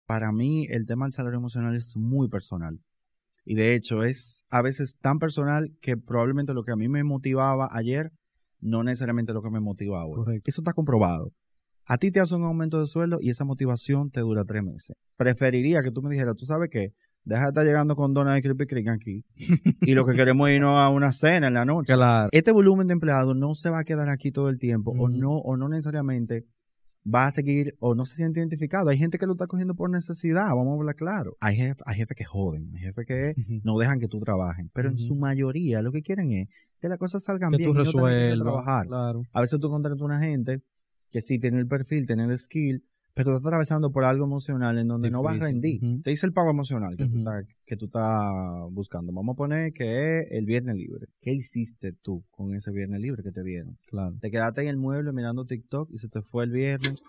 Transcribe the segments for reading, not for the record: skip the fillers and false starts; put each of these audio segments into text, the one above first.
para mí el tema del salario emocional es muy personal. Y de hecho es a veces tan personal que probablemente lo que a mí me motivaba ayer no necesariamente lo que me motiva hoy. Correcto. Eso está comprobado. A ti te hace un aumento de sueldo y esa motivación te dura 3 meses. Preferiría que tú me dijeras, ¿tú sabes qué? Deja de estar llegando con donas de Krispy Kreme aquí. Y lo que queremos es irnos a una cena en la noche. Claro. Este volumen de empleados no se va a quedar aquí todo el tiempo o no necesariamente va a seguir o no se siente identificado. Hay gente que lo está cogiendo por necesidad, vamos a hablar claro. Hay jefes que joden, hay jefes que no dejan que tú trabajes, pero en su mayoría lo que quieren es que las cosas salgan bien y no tengan que trabajar. Claro. A veces tú contratas a una gente que sí tiene el perfil, tiene el skill, pero está atravesando por algo emocional en donde no va a rendir. Te dice el pago emocional que tú estás buscando. Vamos a poner que es el viernes libre. ¿Qué hiciste tú con ese viernes libre que te dieron? Claro. Te quedaste en el mueble mirando TikTok y se te fue el viernes.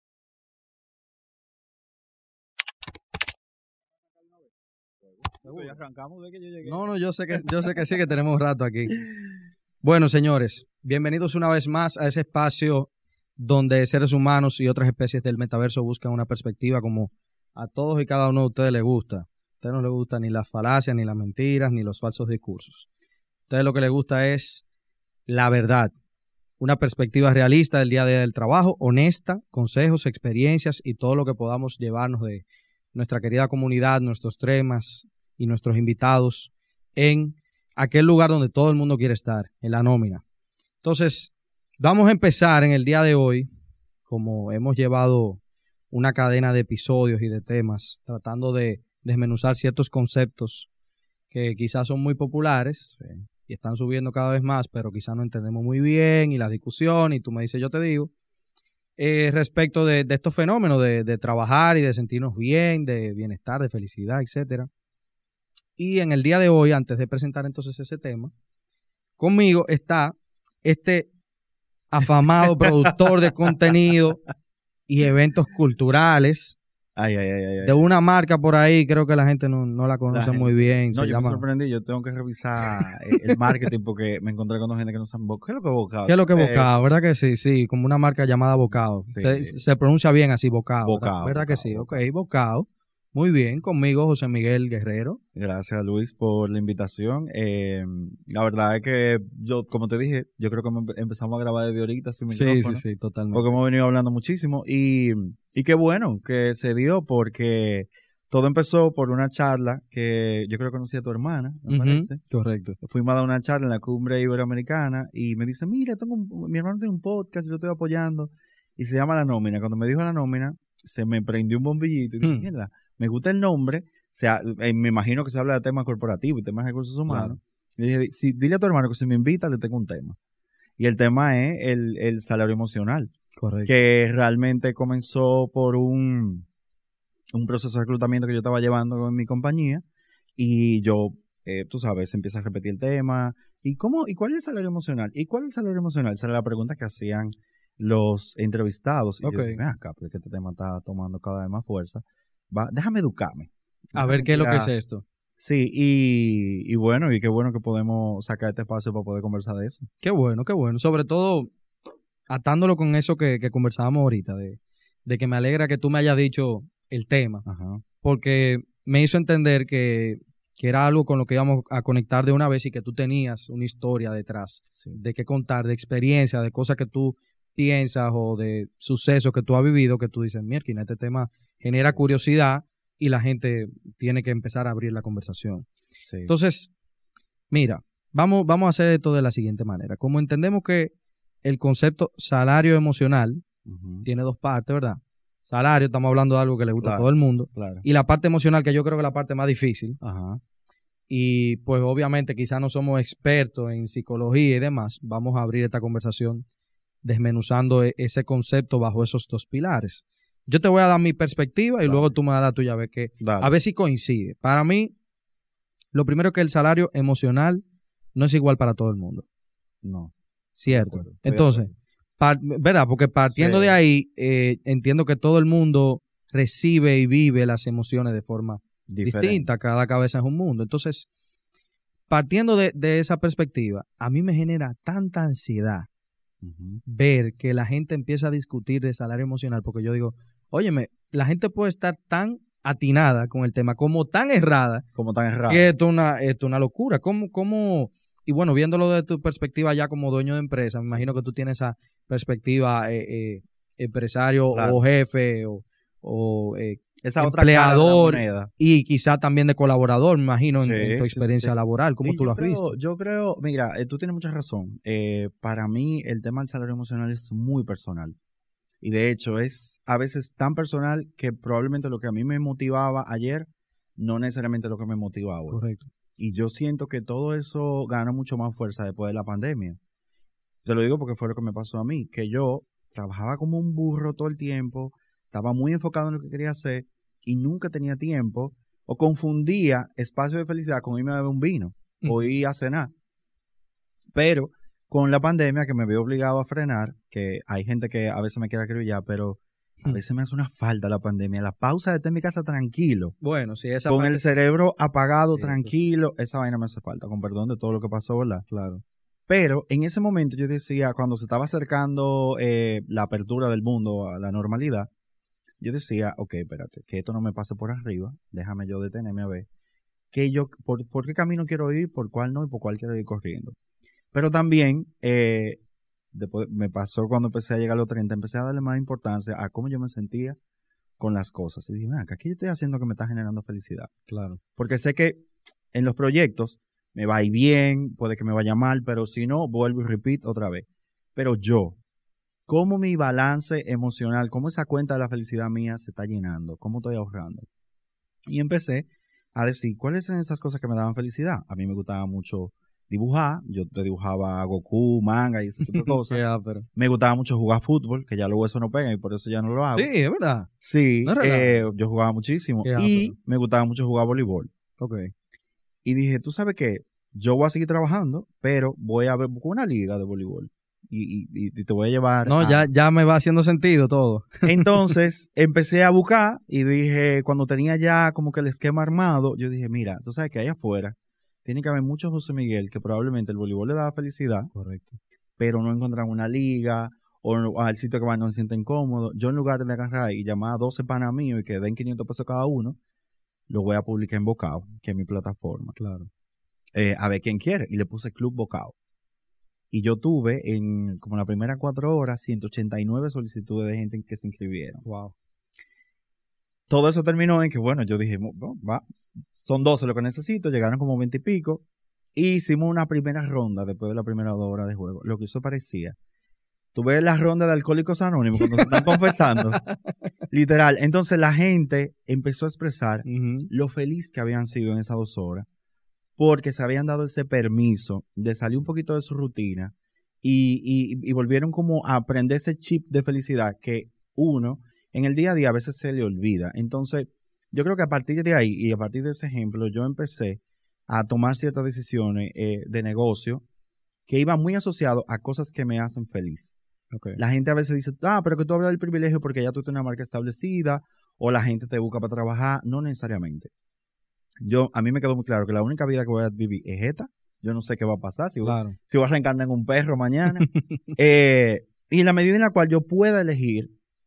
No, yo sé que sí, que tenemos un rato aquí. Bueno, señores, bienvenidos una vez más a ese espacio donde seres humanos y otras especies del metaverso buscan una perspectiva como a todos y cada uno de ustedes les gusta. A ustedes no les gustan ni las falacias, ni las mentiras, ni los falsos discursos. A ustedes lo que les gusta es la verdad, una perspectiva realista del día a día del trabajo, honesta, consejos, experiencias y todo lo que podamos llevarnos de nuestra querida comunidad, nuestros temas y nuestros invitados en aquel lugar donde todo el mundo quiere estar, en la nómina. Entonces, vamos a empezar en el día de hoy, como hemos llevado una cadena de episodios y de temas, tratando de desmenuzar ciertos conceptos que quizás son muy populares y están subiendo cada vez más, pero quizás no entendemos muy bien, y la discusión, y tú me dices, yo te digo, respecto de estos fenómenos de trabajar y de sentirnos bien, de bienestar, de felicidad, etcétera. Y en el día de hoy, antes de presentar entonces ese tema, conmigo está este afamado productor de contenido y eventos culturales de una marca por ahí, creo que la gente no la conoce muy bien. No, yo me sorprendí, yo tengo que revisar el marketing porque me encontré con gente que no sabe ¿qué es lo que es Bocado? ¿Qué es lo que es Bocado? ¿Verdad que sí? Sí, como una marca llamada Bocado. Sí. Se pronuncia bien así, Bocado. Bocado. ¿Verdad que sí? Ok, Bocado. Muy bien, conmigo José Miguel Guerrero. Gracias, Luis, por la invitación. La verdad es que yo, como te dije, yo creo que empezamos a grabar desde ahorita sin micrófono. Sí, totalmente. Porque hemos venido hablando muchísimo y qué bueno que se dio porque todo empezó por una charla que yo creo que conocí a tu hermana, me parece. Correcto. Fuimos a dar una charla en la Cumbre Iberoamericana y me dice, mira, mi hermano tiene un podcast y lo estoy apoyando y se llama La Nómina. Cuando me dijo La Nómina, se me prendió un bombillito y dije, mierda, me gusta el nombre, o sea, me imagino que se habla de temas corporativos y temas de recursos humanos. Claro. Y dije, dile a tu hermano que si me invita le tengo un tema. Y el tema es el salario emocional. Correcto. Que realmente comenzó por un proceso de reclutamiento que yo estaba llevando con mi compañía y yo, tú sabes, se empieza a repetir el tema. ¿Y cuál es el salario emocional? ¿Y cuál es el salario emocional? Esa era la pregunta que hacían los entrevistados. Y yo dije, acá, porque este tema está tomando cada vez más fuerza. Déjame educarme. A ver qué es lo que es esto. Sí, y bueno, y qué bueno que podemos sacar este espacio para poder conversar de eso. Qué bueno. Sobre todo, atándolo con eso que conversábamos ahorita, de que me alegra que tú me hayas dicho el tema, porque me hizo entender que era algo con lo que íbamos a conectar de una vez y que tú tenías una historia detrás, de qué contar, de experiencia, de cosas que tú piensas o de sucesos que tú has vivido, que tú dices, mierda, este tema genera curiosidad y la gente tiene que empezar a abrir la conversación. Sí. Entonces, mira, vamos a hacer esto de la siguiente manera. Como entendemos que el concepto salario emocional tiene dos partes, ¿verdad? Salario, estamos hablando de algo que le gusta a todo el mundo. Claro. Y la parte emocional, que yo creo que es la parte más difícil. Y pues obviamente quizás no somos expertos en psicología y demás. Vamos a abrir esta conversación desmenuzando ese concepto bajo esos dos pilares. Yo te voy a dar mi perspectiva y luego tú me das la tuya a ver si coincide. Para mí, lo primero es que el salario emocional no es igual para todo el mundo. No. Cierto. Entonces, ¿verdad? Porque partiendo de ahí, entiendo que todo el mundo recibe y vive las emociones de forma distinta. Cada cabeza es un mundo. Entonces, partiendo de esa perspectiva, a mí me genera tanta ansiedad ver que la gente empieza a discutir de salario emocional, porque yo digo, óyeme, la gente puede estar tan atinada con el tema, como tan errada, que esto es una locura. Y bueno, viéndolo desde tu perspectiva ya como dueño de empresa, me imagino que tú tienes esa perspectiva empresario, claro, o jefe o esa empleador, otra cara de la moneda. Y quizá también de colaborador, me imagino, en tu experiencia laboral. ¿Cómo tú lo has visto? Yo creo, mira, tú tienes mucha razón. Para mí el tema del salario emocional es muy personal. Y de hecho es a veces tan personal que probablemente lo que a mí me motivaba ayer no necesariamente lo que me motiva hoy. Correcto. Y yo siento que todo eso gana mucho más fuerza después de la pandemia. Te lo digo porque fue lo que me pasó a mí, que yo trabajaba como un burro todo el tiempo, estaba muy enfocado en lo que quería hacer y nunca tenía tiempo o confundía espacio de felicidad con irme a beber un vino o ir a cenar. Pero con la pandemia que me veo obligado a frenar, que hay gente que a veces me quiere acribillar, pero a veces me hace una falta la pandemia. La pausa de estar en mi casa tranquilo. Bueno, sí, esa con el cerebro apagado, tranquilo, esa vaina me hace falta, con perdón de todo lo que pasó, ¿verdad? Claro. Pero en ese momento yo decía, cuando se estaba acercando la apertura del mundo a la normalidad, yo decía, ok, espérate, que esto no me pase por arriba, déjame yo detenerme a ver por qué camino quiero ir, por cuál no y por cuál quiero ir corriendo. Pero también, después me pasó cuando empecé a llegar a los 30, empecé a darle más importancia a cómo yo me sentía con las cosas. Y dije, acá, ¿qué yo estoy haciendo que me está generando felicidad? Claro. Porque sé que en los proyectos me va a ir bien, puede que me vaya mal, pero si no, vuelvo y repito otra vez. Pero yo, ¿cómo mi balance emocional, cómo esa cuenta de la felicidad mía se está llenando? ¿Cómo estoy ahorrando? Y empecé a decir, ¿cuáles eran esas cosas que me daban felicidad? A mí me gustaba mucho dibujar, yo te dibujaba a Goku, manga y ese tipo de cosas. Me gustaba mucho jugar fútbol, que ya los huesos no pegan y por eso ya no lo hago. Sí, es verdad. Sí, ¿no yo jugaba muchísimo y me gustaba mucho jugar voleibol. Ok. Y dije, ¿tú sabes qué? Yo voy a seguir trabajando, pero voy a buscar una liga de voleibol y te voy a llevar. No, ya me va haciendo sentido todo. Entonces empecé a buscar y dije, cuando tenía ya como que el esquema armado, yo dije, mira, tú sabes que allá afuera tiene que haber muchos José Miguel que probablemente el voleibol le daba felicidad. Correcto. Pero no encontraban una liga o al sitio que van no se sienten cómodos. Yo en lugar de agarrar y llamar a 12 panas míos y que den 500 pesos cada uno, lo voy a publicar en Bocao, que es mi plataforma. Claro. A ver quién quiere. Y le puse Club Bocao. Y yo tuve en como las primeras 4 horas 189 solicitudes de gente que se inscribieron. Wow. Todo eso terminó en que, bueno, yo dije, son 12 lo que necesito, llegaron como 20 y pico, y hicimos una primera ronda después de la primera 2 horas de juego. Lo que eso parecía. Tú ves la ronda de Alcohólicos Anónimos cuando se están confesando. Literal. Entonces la gente empezó a expresar lo feliz que habían sido en esas 2 horas, porque se habían dado ese permiso de salir un poquito de su rutina y volvieron como a aprender ese chip de felicidad que uno en el día a día a veces se le olvida. Entonces, yo creo que a partir de ahí y a partir de ese ejemplo, yo empecé a tomar ciertas decisiones de negocio que iban muy asociados a cosas que me hacen feliz. Okay. La gente a veces dice, pero que tú hablas del privilegio porque ya tú tienes una marca establecida o la gente te busca para trabajar. No necesariamente. A mí me quedó muy claro que la única vida que voy a vivir es esta. Yo no sé qué va a pasar, si voy a reencarnar en un perro mañana. Y en la medida en la cual yo pueda elegir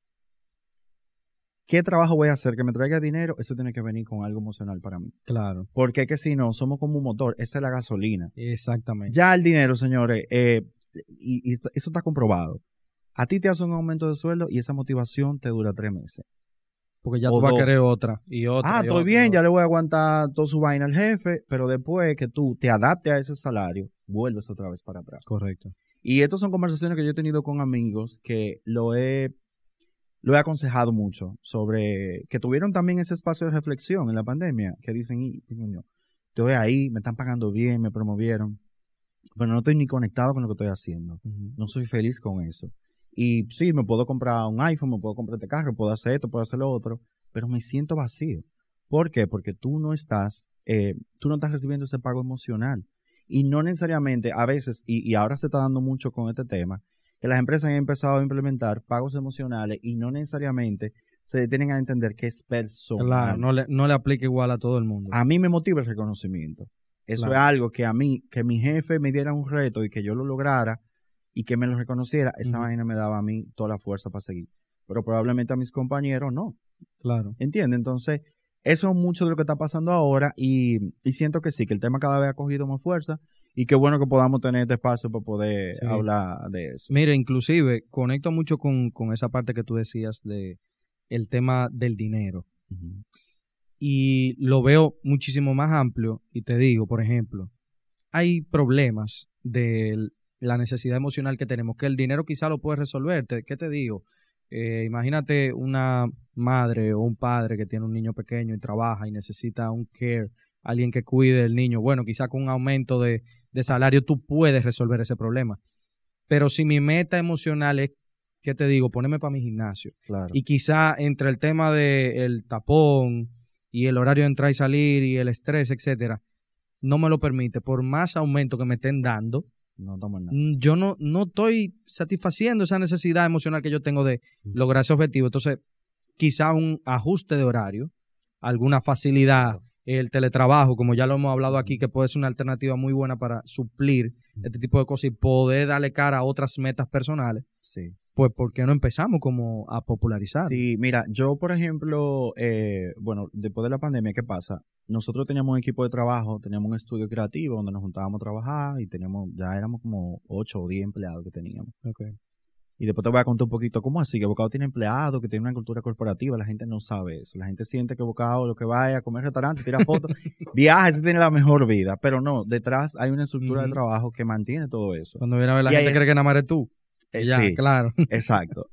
qué trabajo voy a hacer que me traiga dinero, eso tiene que venir con algo emocional para mí. Claro. Porque es que si no, somos como un motor, esa es la gasolina. Exactamente. Ya el dinero, señores, y eso está comprobado. A ti te hace un aumento de sueldo y esa motivación te dura 3 meses. Porque ya tú vas a querer otra y otra. Estoy bien, ya le voy a aguantar toda su vaina al jefe, pero después que tú te adaptes a ese salario, vuelves otra vez para atrás. Correcto. Y estas son conversaciones que yo he tenido con amigos que lo he aconsejado mucho sobre que tuvieron también ese espacio de reflexión en la pandemia, que dicen, estoy ahí, me están pagando bien, me promovieron, pero no estoy ni conectado con lo que estoy haciendo. No soy feliz con eso. Y sí, me puedo comprar un iPhone, me puedo comprar este carro, puedo hacer esto, puedo hacer lo otro, pero me siento vacío. ¿Por qué? Porque tú no estás recibiendo ese pago emocional. Y no necesariamente, a veces, y ahora se está dando mucho con este tema, que las empresas han empezado a implementar pagos emocionales y no necesariamente se detienen a entender que es personal. Claro, no le aplica igual a todo el mundo. A mí me motiva el reconocimiento. Eso es algo que a mí, que mi jefe me diera un reto y que yo lo lograra y que me lo reconociera, esa vaina me daba a mí toda la fuerza para seguir. Pero probablemente a mis compañeros no. Claro. ¿Entiendes? Entonces, eso es mucho de lo que está pasando ahora y siento que sí, que el tema cada vez ha cogido más fuerza y qué bueno que podamos tener este espacio para poder hablar de eso. Mira, inclusive conecto mucho con esa parte que tú decías de el tema del dinero. Uh-huh. Y lo veo muchísimo más amplio y te digo, por ejemplo, hay problemas de la necesidad emocional que tenemos, que el dinero quizá lo puede resolver. ¿Qué te digo? Imagínate una madre o un padre que tiene un niño pequeño y trabaja y necesita un care, alguien que cuide del niño. Bueno, quizá con un aumento de salario tú puedes resolver ese problema. Pero si mi meta emocional es, ¿qué te digo? Ponerme para mi gimnasio. Claro. Y quizá entre el tema del tapón y el horario de entrar y salir y el estrés, etcétera, no me lo permite. Por más aumento que me estén dando, no tomo nada. Yo no estoy satisfaciendo esa necesidad emocional que yo tengo de lograr ese objetivo. Entonces, quizá un ajuste de horario, alguna facilidad, el teletrabajo, como ya lo hemos hablado aquí, que puede ser una alternativa muy buena para suplir este tipo de cosas y poder darle cara a otras metas personales. Sí. Pues, ¿por qué no empezamos como a popularizar? Sí, mira, yo, por ejemplo, bueno, después de la pandemia, ¿qué pasa? Nosotros teníamos un equipo de trabajo, teníamos un estudio creativo donde nos juntábamos a trabajar y ya éramos como 8 o 10 empleados que teníamos. Okay. Y después te voy a contar un poquito cómo así, que Bocado tiene empleados, que tiene una cultura corporativa, la gente no sabe eso. La gente siente que Bocado lo que va es a comer restaurante, tira fotos, viaja, ese tiene la mejor vida. Pero no, detrás hay una estructura de trabajo que mantiene todo eso. Cuando viene a ver la gente cree que nada más eres tú. Ya, sí, claro. Exacto.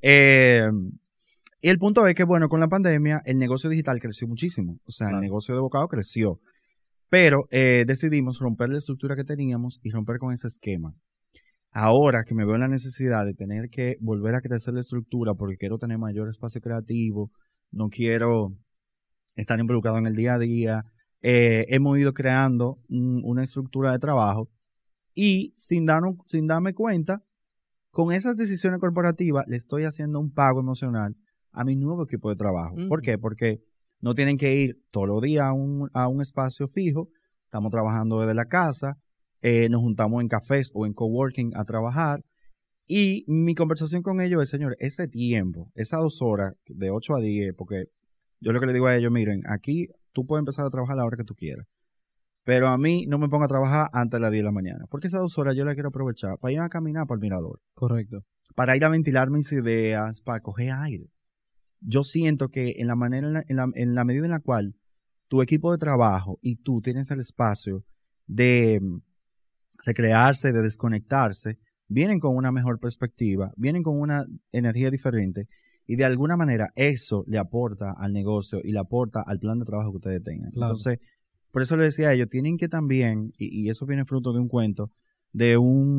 Y el punto es que, bueno, con la pandemia, el negocio digital creció muchísimo. O sea, claro, el negocio de Bocado creció. Pero decidimos romper la estructura que teníamos y romper con ese esquema. Ahora que me veo en la necesidad de tener que volver a crecer la estructura porque quiero tener mayor espacio creativo, no quiero estar involucrado en el día a día, hemos ido creando una estructura de trabajo y sin darme cuenta, con esas decisiones corporativas le estoy haciendo un pago emocional a mi nuevo equipo de trabajo. ¿Por qué? Porque no tienen que ir todos los días a un espacio fijo, estamos trabajando desde la casa, nos juntamos en cafés o en coworking a trabajar y mi conversación con ellos es, señor, ese tiempo, esas 2 horas de 8 a 10, porque yo lo que le digo a ellos, miren, aquí tú puedes empezar a trabajar a la hora que tú quieras, pero a mí no me pongo a trabajar antes de las 10 de la mañana, porque esas 2 horas yo las quiero aprovechar para ir a caminar para el mirador. Correcto. Para ir a ventilar mis ideas, para coger aire. Yo siento que en la medida en la cual tu equipo de trabajo y tú tienes el espacio de recrearse, de desconectarse, vienen con una mejor perspectiva, vienen con una energía diferente y de alguna manera eso le aporta al negocio y le aporta al plan de trabajo que ustedes tengan. Claro. Entonces, por eso les decía a ellos, tienen que también, y eso viene fruto de un cuento, de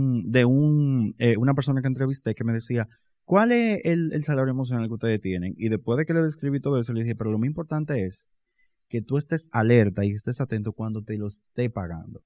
una persona que entrevisté que me decía, ¿cuál es el salario emocional que ustedes tienen? Y después de que le describí todo eso, le dije, pero lo más importante es que tú estés alerta y estés atento cuando te lo esté pagando.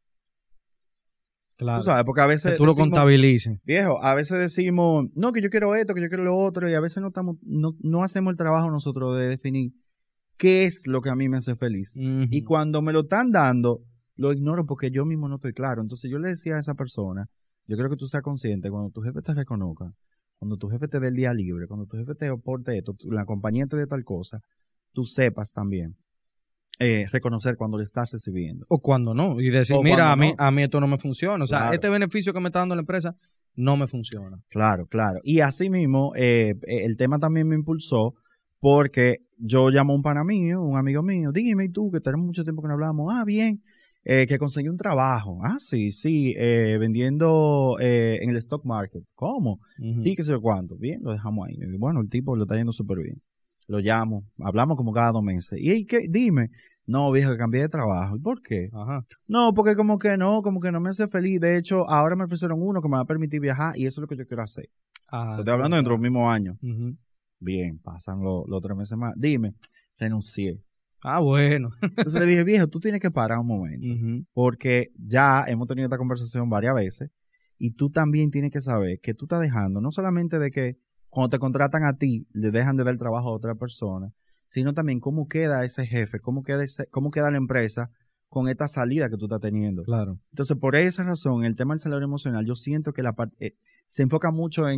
Claro. Tú sabes, porque a veces que tú lo contabilices. Viejo, a veces decimos, no, que yo quiero esto, que yo quiero lo otro, y a veces no hacemos el trabajo nosotros de definir qué es lo que a mí me hace feliz. Y cuando me lo están dando, lo ignoro porque yo mismo no estoy claro. Entonces yo le decía a esa persona, yo creo que tú seas consciente, cuando tu jefe te reconozca, cuando tu jefe te dé el día libre, cuando tu jefe te aporte esto, la compañía te dé tal cosa, tú sepas también reconocer cuando le estás recibiendo. O cuando no. Y decir, mira, a mí esto no me funciona. O sea, claro, este beneficio que me está dando la empresa no me funciona. Claro, claro. Y así mismo, el tema también me impulsó porque yo llamo a un pana mío, un amigo mío, dime, ¿y tú? Que tenemos mucho tiempo que no hablamos. Ah, bien, que conseguí un trabajo. Ah, sí, vendiendo en el stock market. ¿Cómo? Sí, que sé yo cuánto. Bien, lo dejamos ahí. Y bueno, el tipo lo está yendo súper bien. Lo llamo, hablamos como cada 2 meses. ¿Y qué? Dime. No, viejo, que cambié de trabajo. ¿Y por qué? Ajá. No, porque como que no me hace feliz. De hecho, ahora me ofrecieron uno que me va a permitir viajar y eso es lo que yo quiero hacer. Te estoy hablando dentro del mismo año. Bien, pasan los 3 meses más. Dime, renuncié. Ah, bueno. Entonces le dije, viejo, tú tienes que parar un momento. Porque ya hemos tenido esta conversación varias veces y tú también tienes que saber que tú estás dejando, no solamente de que cuando te contratan a ti, le dejan de dar el trabajo a otra persona, sino también cómo queda ese jefe, cómo queda la empresa con esta salida que tú estás teniendo. Claro. Entonces, por esa razón, el tema del salario emocional, yo siento que se enfoca mucho en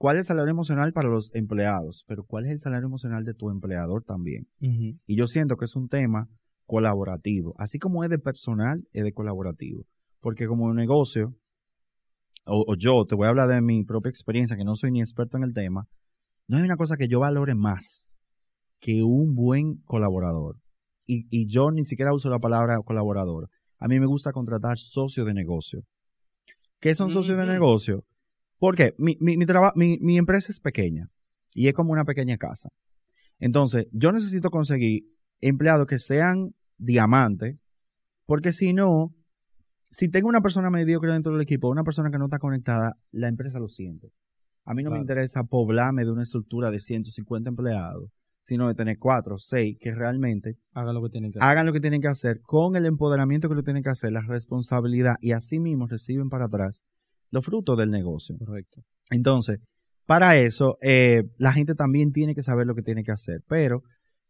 ¿cuál es el salario emocional para los empleados? Pero ¿cuál es el salario emocional de tu empleador también? Y yo siento que es un tema colaborativo. Así como es de personal, es de colaborativo. Porque como un negocio, o yo te voy a hablar de mi propia experiencia, que no soy ni experto en el tema, no hay una cosa que yo valore más que un buen colaborador. Y yo ni siquiera uso la palabra colaborador. A mí me gusta contratar socios de negocio. ¿Qué son socios de negocio? Porque mi empresa es pequeña y es como una pequeña casa. Entonces, yo necesito conseguir empleados que sean diamantes, porque si no, si tengo una persona mediocre dentro del equipo, una persona que no está conectada, la empresa lo siente. A mí no me interesa poblarme de una estructura de 150 empleados, sino de tener 4 o 6 que realmente hagan lo que tienen que hacer con el empoderamiento que lo tienen que hacer, la responsabilidad, y así mismo reciben para atrás los frutos del negocio. Correcto. Entonces, para eso, la gente también tiene que saber lo que tiene que hacer. Pero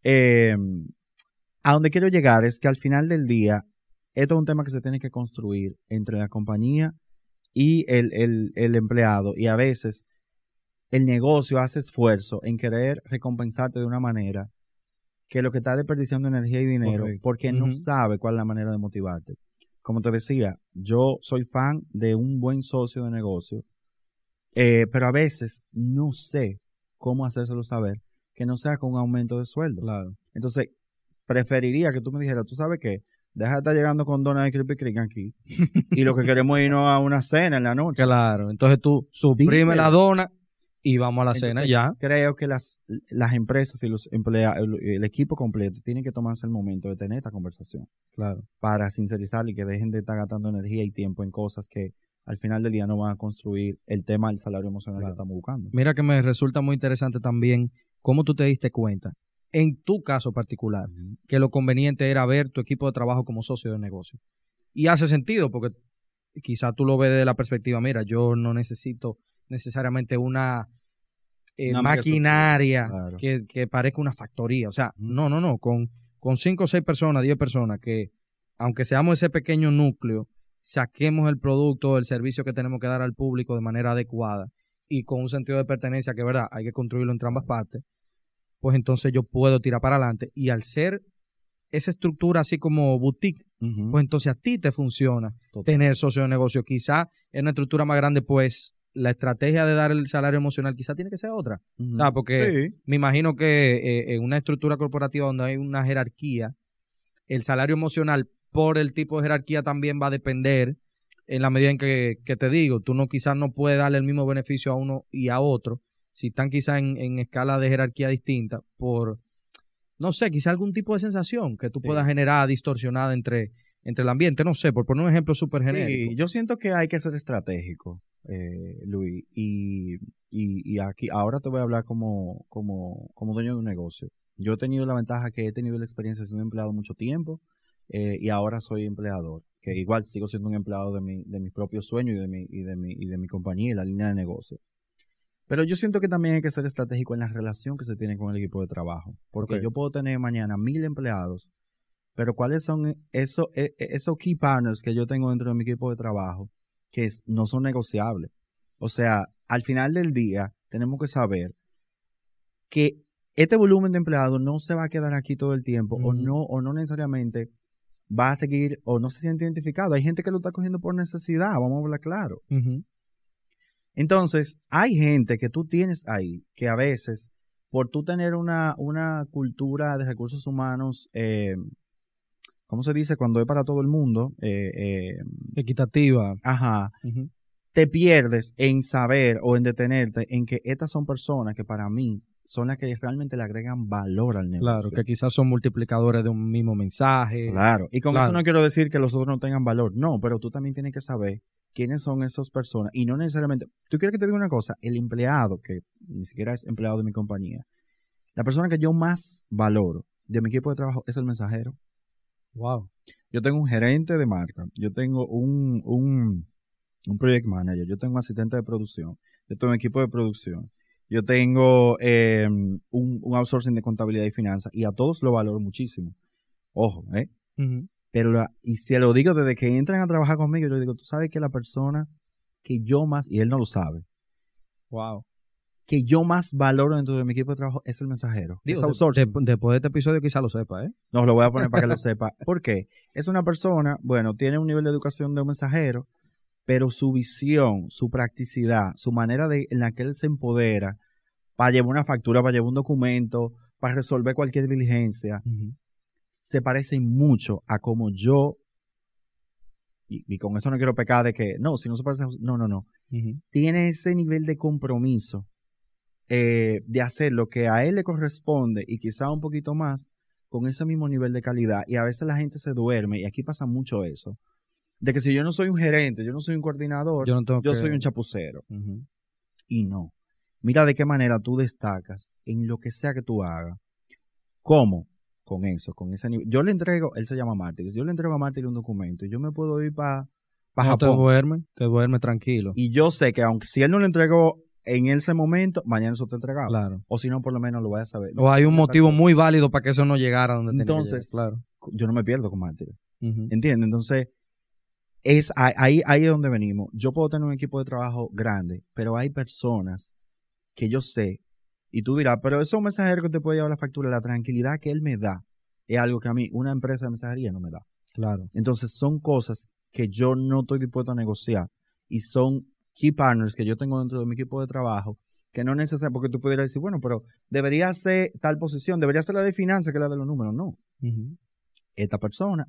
a donde quiero llegar es que al final del día, esto es un tema que se tiene que construir entre la compañía y el empleado. Y a veces el negocio hace esfuerzo en querer recompensarte de una manera que lo que está desperdiciando energía y dinero, porque no sabe cuál es la manera de motivarte. Como te decía, yo soy fan de un buen socio de negocio, pero a veces no sé cómo hacérselo saber, que no sea con un aumento de sueldo. Claro. Entonces, preferiría que tú me dijeras, ¿tú sabes qué? Deja de estar llegando con donas de Krispy Kreme aquí y lo que queremos es irnos a una cena en la noche. Claro, entonces tú suprime la dona y vamos a la cena ya. Creo que las empresas y los empleados, el equipo completo, tienen que tomarse el momento de tener esta conversación. Claro. Para sincerizar y que dejen de estar gastando energía y tiempo en cosas que al final del día no van a construir el tema del salario emocional que estamos buscando. Mira que me resulta muy interesante también cómo tú te diste cuenta, en tu caso particular, que lo conveniente era ver tu equipo de trabajo como socio de negocio. Y hace sentido porque quizá tú lo ves de la perspectiva, mira, yo no necesito necesariamente una maquinaria que parezca una factoría. O sea, no. Con 5 o 6 personas, 10 personas, que aunque seamos ese pequeño núcleo, saquemos el producto o el servicio que tenemos que dar al público de manera adecuada y con un sentido de pertenencia que, verdad, hay que construirlo entre ambas partes, pues entonces yo puedo tirar para adelante. Y al ser esa estructura así como boutique, pues entonces a ti te funciona tener socio de negocio. Quizá en una estructura más grande, pues la estrategia de dar el salario emocional quizá tiene que ser otra. O sea, porque me imagino que en una estructura corporativa donde hay una jerarquía, el salario emocional por el tipo de jerarquía también va a depender en la medida en que te digo, tú quizás no puedes darle el mismo beneficio a uno y a otro, si están quizás en escala de jerarquía distinta, por, no sé, quizá algún tipo de sensación que tú puedas generar distorsionada entre el ambiente, no sé, por poner un ejemplo súper genérico. Yo siento que hay que ser estratégico, Luis, y aquí ahora te voy a hablar como dueño de un negocio. Yo he tenido la ventaja que he tenido la experiencia siendo empleado mucho tiempo, y ahora soy empleador, que igual sigo siendo un empleado de mi propio sueño y de mi compañía y la línea de negocio. Pero yo siento que también hay que ser estratégico en la relación que se tiene con el equipo de trabajo, porque yo puedo tener mañana 1000 empleados, pero ¿cuáles son esos key partners que yo tengo dentro de mi equipo de trabajo que no son negociables? O sea, al final del día tenemos que saber que este volumen de empleados no se va a quedar aquí todo el tiempo, o no necesariamente va a seguir o no se siente identificado. Hay gente que lo está cogiendo por necesidad, vamos a hablar claro. Entonces, hay gente que tú tienes ahí que a veces, por tú tener una cultura de recursos humanos, ¿cómo se dice? Cuando es para todo el mundo. Equitativa. Ajá. Te pierdes en saber o en detenerte en que estas son personas que para mí son las que realmente le agregan valor al negocio. Claro, que quizás son multiplicadores de un mismo mensaje. Claro, y con eso no quiero decir que los otros no tengan valor, no, pero tú también tienes que saber quiénes son esas personas y no necesariamente, tú quieres que te diga una cosa, el empleado, que ni siquiera es empleado de mi compañía, la persona que yo más valoro de mi equipo de trabajo es el mensajero. Wow. Yo tengo un gerente de marca, yo tengo un project manager, yo tengo un asistente de producción, yo tengo un equipo de producción, yo tengo un outsourcing de contabilidad y finanzas, y a todos lo valoro muchísimo. Ojo, Pero y se lo digo desde que entran a trabajar conmigo, yo le digo, tú sabes que la persona que yo más, y él no lo sabe. Wow. que yo más valoro dentro de mi equipo de trabajo es el mensajero. Digo, es outsourcing. Después de este episodio quizá lo sepa, ¿eh? No, lo voy a poner para que lo sepa. ¿Por qué? Es una persona, bueno, tiene un nivel de educación de un mensajero, pero su visión, su practicidad, su manera en la que él se empodera para llevar una factura, para llevar un documento, para resolver cualquier diligencia, se parece mucho a como yo, y con eso no quiero pecar de que, no, si no se parece, no. Tiene ese nivel de compromiso de hacer lo que a él le corresponde y quizá un poquito más con ese mismo nivel de calidad. Y a veces la gente se duerme, y aquí pasa mucho eso, de que si yo no soy un gerente, yo no soy un coordinador, yo soy un chapucero. Y no. Mira de qué manera tú destacas en lo que sea que tú hagas. ¿Cómo? Con eso, con ese nivel. Yo le entrego, él se llama Mártir, yo le entrego a Mártir un documento y yo me puedo ir para Japón. Te duerme tranquilo. Y yo sé que aunque si él no lo entregó en ese momento, mañana eso te entregado. Claro. O si no, por lo menos lo voy a saber. O hay un motivo muy válido para que eso no llegara donde tenía que llegar. Entonces, claro. Yo no me pierdo con Mártir. ¿Entiendes? Entonces, ahí es donde venimos. Yo puedo tener un equipo de trabajo grande, pero hay personas que yo sé, y tú dirás, pero eso es un mensajero que te puede llevar la factura. La tranquilidad que él me da es algo que a mí una empresa de mensajería no me da. Claro. Entonces son cosas que yo no estoy dispuesto a negociar, y son key partners que yo tengo dentro de mi equipo de trabajo, que no necesariamente, porque tú pudieras decir, bueno, pero debería ser tal posición, debería ser la de finanzas que la de los números. No. Esta persona,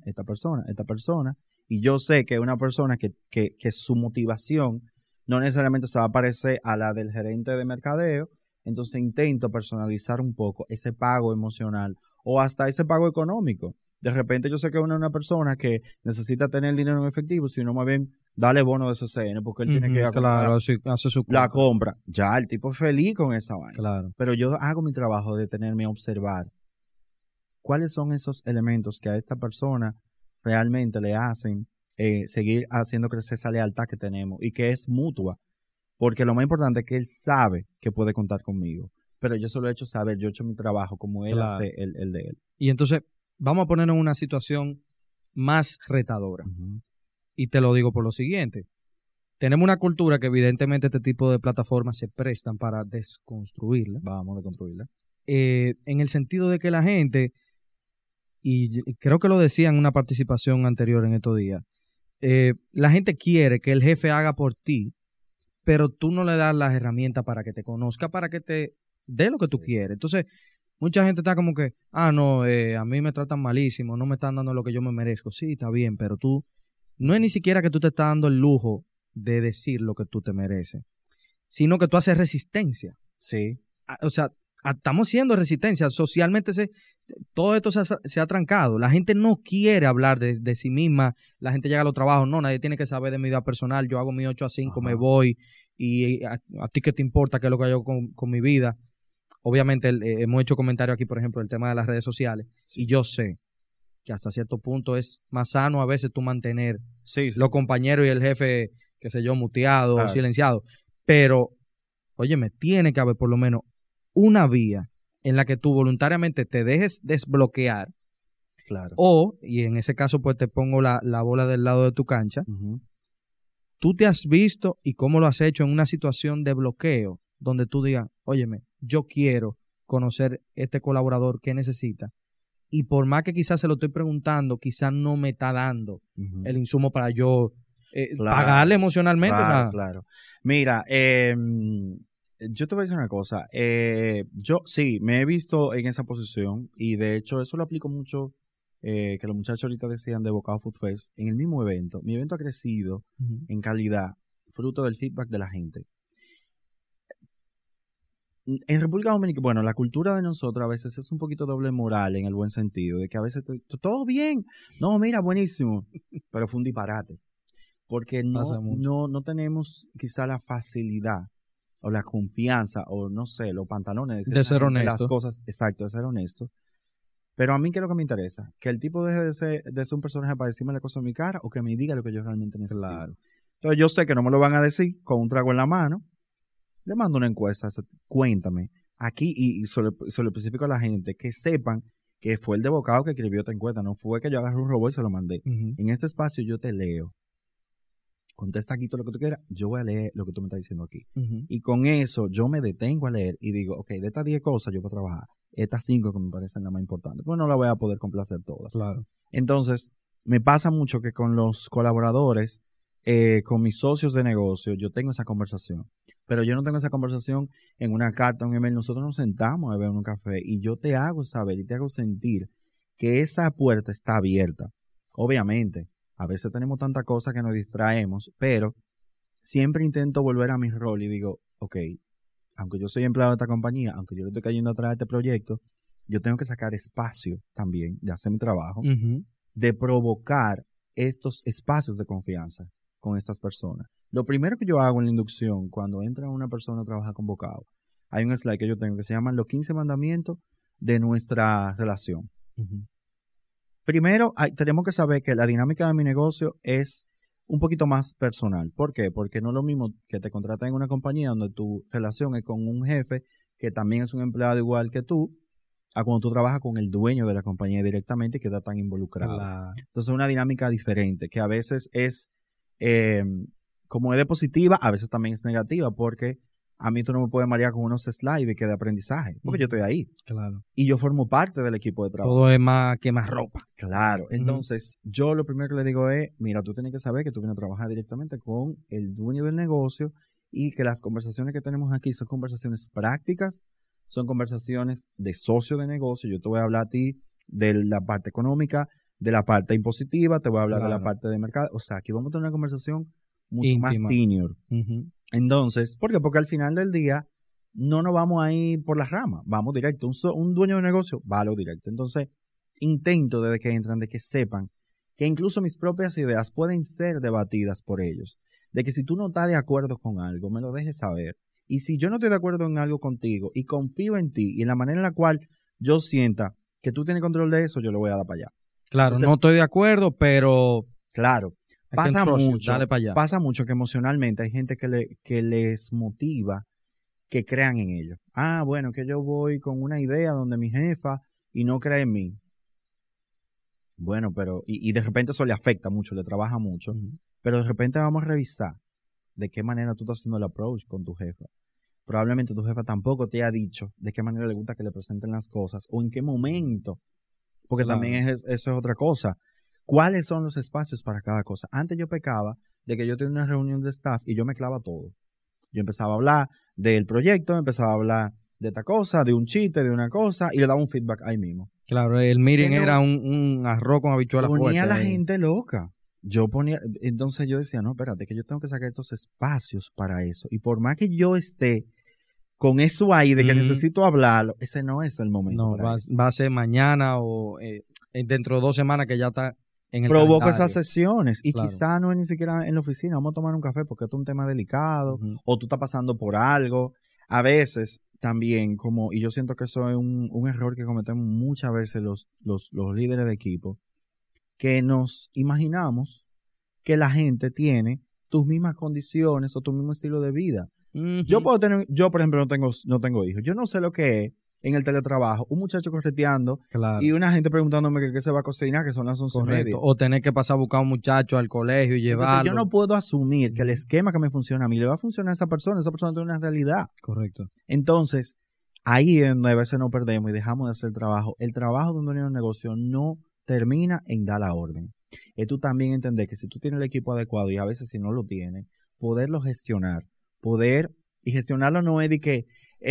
y yo sé que una persona que su motivación no necesariamente se va a parecer a la del gerente de mercadeo, entonces intento personalizar un poco ese pago emocional o hasta ese pago económico. De repente yo sé que una persona que necesita tener dinero en efectivo, si no me ven, dale bono de CCN porque él tiene que ir a comprar hace su compra. la compra. Ya, el tipo es feliz con esa vaina. Claro. Pero yo hago mi trabajo de tenerme a observar cuáles son esos elementos que a esta persona realmente le hacen seguir haciendo crecer esa lealtad que tenemos y que es mutua. Porque lo más importante es que él sabe que puede contar conmigo. Pero yo se lo he hecho saber, yo he hecho mi trabajo como él hace el de él. Y entonces, vamos a ponernos en una situación más retadora. Y te lo digo por lo siguiente. Tenemos una cultura que evidentemente este tipo de plataformas se prestan para desconstruirla. Vamos a desconstruirla. En el sentido de que la gente, y creo que lo decía en una participación anterior en estos días, la gente quiere que el jefe haga por ti, pero tú no le das las herramientas para que te conozca, para que te dé lo que tú quieres. Entonces, mucha gente está como que, no, a mí me tratan malísimo, no me están dando lo que yo me merezco. Sí, está bien, pero tú, no es ni siquiera que tú te estás dando el lujo de decir lo que tú te mereces, sino que tú haces resistencia. Sí. O sea, estamos haciendo resistencia. Socialmente todo esto se ha trancado. La gente no quiere hablar de sí misma. La gente llega a los trabajos, no, nadie tiene que saber de mi vida personal. Yo hago mi 8 a 5, me voy, y a ti qué te importa qué es lo que hago con mi vida. Obviamente hemos hecho comentarios aquí, por ejemplo, del tema de las redes sociales, y yo sé que hasta cierto punto es más sano a veces tú mantener los compañeros y el jefe, qué sé yo, muteado o silenciado. Pero, óyeme, tiene que haber por lo menos una vía en la que tú voluntariamente te dejes desbloquear. Claro. O, y en ese caso pues te pongo la bola del lado de tu cancha, tú te has visto y cómo lo has hecho en una situación de bloqueo, donde tú digas, óyeme, yo quiero conocer este colaborador que necesita, y por más que quizás se lo estoy preguntando, quizás no me está dando el insumo para yo pagarle emocionalmente. Claro. Mira, yo te voy a decir una cosa. Yo sí, me he visto en esa posición, y de hecho eso lo aplico mucho, que los muchachos ahorita decían de Bocado Food Fest, en el mismo evento. Mi evento ha crecido en calidad, fruto del feedback de la gente. En República Dominicana, bueno, la cultura de nosotros a veces es un poquito doble moral, en el buen sentido, de que a veces todo bien, no, mira, buenísimo, pero fue un disparate, porque no tenemos quizá la facilidad o la confianza, o no sé, los pantalones de ser honesto. Las cosas, exacto, de ser honesto. Pero a mí, ¿qué es lo que me interesa? Que el tipo deje de ser un personaje para decirme la cosa en mi cara, o que me diga lo que yo realmente necesito. Claro. Entonces yo sé que no me lo van a decir con un trago en la mano. Le mando una encuesta, cuéntame, aquí, y se lo especifico a la gente, que sepan que fue el de Bocado que escribió esta encuesta, no fue que yo agarré un robot y se lo mandé. En este espacio yo te leo. contesta aquí todo lo que tú quieras, yo voy a leer lo que tú me estás diciendo aquí. Uh-huh. Y con eso yo me detengo a leer y digo, ok, de estas 10 cosas yo voy a trabajar, estas 5 que me parecen las más importantes, pues no las voy a poder complacer todas. Claro. Entonces, me pasa mucho que con los colaboradores, con mis socios de negocio, yo tengo esa conversación. Pero yo no tengo esa conversación en una carta, un email. Nosotros nos sentamos a beber un café y yo te hago saber y te hago sentir que esa puerta está abierta. Obviamente, a veces tenemos tantas cosas que nos distraemos, pero siempre intento volver a mi rol y digo, ok, aunque yo soy empleado de esta compañía, aunque yo le estoy cayendo atrás de este proyecto, yo tengo que sacar espacio también de hacer mi trabajo, Uh-huh. de provocar estos espacios de confianza con estas personas. Lo primero que yo hago en la inducción, cuando entra una persona a trabajar con Bocado, hay un slide que yo tengo que se llaman los 15 mandamientos de nuestra relación. Uh-huh. Primero, tenemos que saber que la dinámica de mi negocio es un poquito más personal. ¿Por qué? Porque no es lo mismo que te contraten en una compañía donde tu relación es con un jefe que también es un empleado igual que tú, a cuando tú trabajas con el dueño de la compañía directamente y que está tan involucrado. Claro. Entonces es una dinámica diferente, que a veces es, como es de positiva, a veces también es negativa, porque a mí tú no me puedes marear con unos slides que de aprendizaje, porque yo estoy ahí. Claro. Y yo formo parte del equipo de trabajo. Todo es más que más ropa. Claro. Entonces, yo lo primero que le digo es, mira, tú tienes que saber que tú vienes a trabajar directamente con el dueño del negocio y que las conversaciones que tenemos aquí son conversaciones prácticas, son conversaciones de socio de negocio. Yo te voy a hablar a ti de la parte económica, de la parte impositiva, te voy a hablar de la parte de mercado. O sea, aquí vamos a tener una conversación mucho íntima, más senior. Uh-huh. Entonces, ¿por qué? Porque al final del día no nos vamos a ir por las ramas, vamos directo. Un dueño de negocio va a lo directo. Entonces, intento desde que entran de que sepan que incluso mis propias ideas pueden ser debatidas por ellos. De que si tú no estás de acuerdo con algo, me lo dejes saber. Y si yo no estoy de acuerdo en algo contigo y confío en ti y en la manera en la cual yo sienta que tú tienes control de eso, yo lo voy a dar para allá. Claro, Entonces, no estoy de acuerdo, pero... Claro, pasa mucho que emocionalmente hay gente que les motiva que crean en ellos. Ah, bueno, que yo voy con una idea donde mi jefa y no cree en mí. Bueno, pero, y de repente eso le afecta mucho, le trabaja mucho, pero de repente vamos a revisar de qué manera tú estás haciendo el approach con tu jefa. Probablemente tu jefa tampoco te ha dicho de qué manera le gusta que le presenten las cosas o en qué momento, porque también eso es otra cosa. ¿Cuáles son los espacios para cada cosa? Antes yo pecaba de que yo tenía una reunión de staff y yo mezclaba todo. Yo empezaba a hablar del proyecto, empezaba a hablar de esta cosa, de un chiste, de una cosa, y le daba un feedback ahí mismo. Claro, el meeting era un arroz con habichuela fuerte. Ponía a la gente loca. Entonces yo decía, no, espérate, que yo tengo que sacar estos espacios para eso. Y por más que yo esté con eso ahí de que necesito hablarlo, ese no es el momento. No, va a ser mañana o dentro de 2 semanas que ya está en el provoco calendario. Esas sesiones y Claro. quizá no es ni siquiera en la oficina, vamos a tomar un café porque esto es un tema delicado o tú estás pasando por algo. A veces también, y yo siento que eso es un error que cometemos muchas veces los líderes de equipo, que nos imaginamos que la gente tiene tus mismas condiciones o tu mismo estilo de vida. Yo, por ejemplo, no tengo hijos. Yo no sé lo que es en el teletrabajo, un muchacho correteando y una gente preguntándome que qué se va a cocinar, que son las 11:30. O tener que pasar a buscar a un muchacho al colegio y llevarlo. Entonces, yo no puedo asumir que el esquema que me funciona a mí le va a funcionar a esa persona tiene una realidad. Correcto. Entonces, ahí es donde a veces nos perdemos y dejamos de hacer el trabajo. El trabajo de un dueño de negocio no termina en dar la orden. Es tú también entender que si tú tienes el equipo adecuado y a veces si no lo tienes, poderlo gestionar. Y gestionarlo no es de que,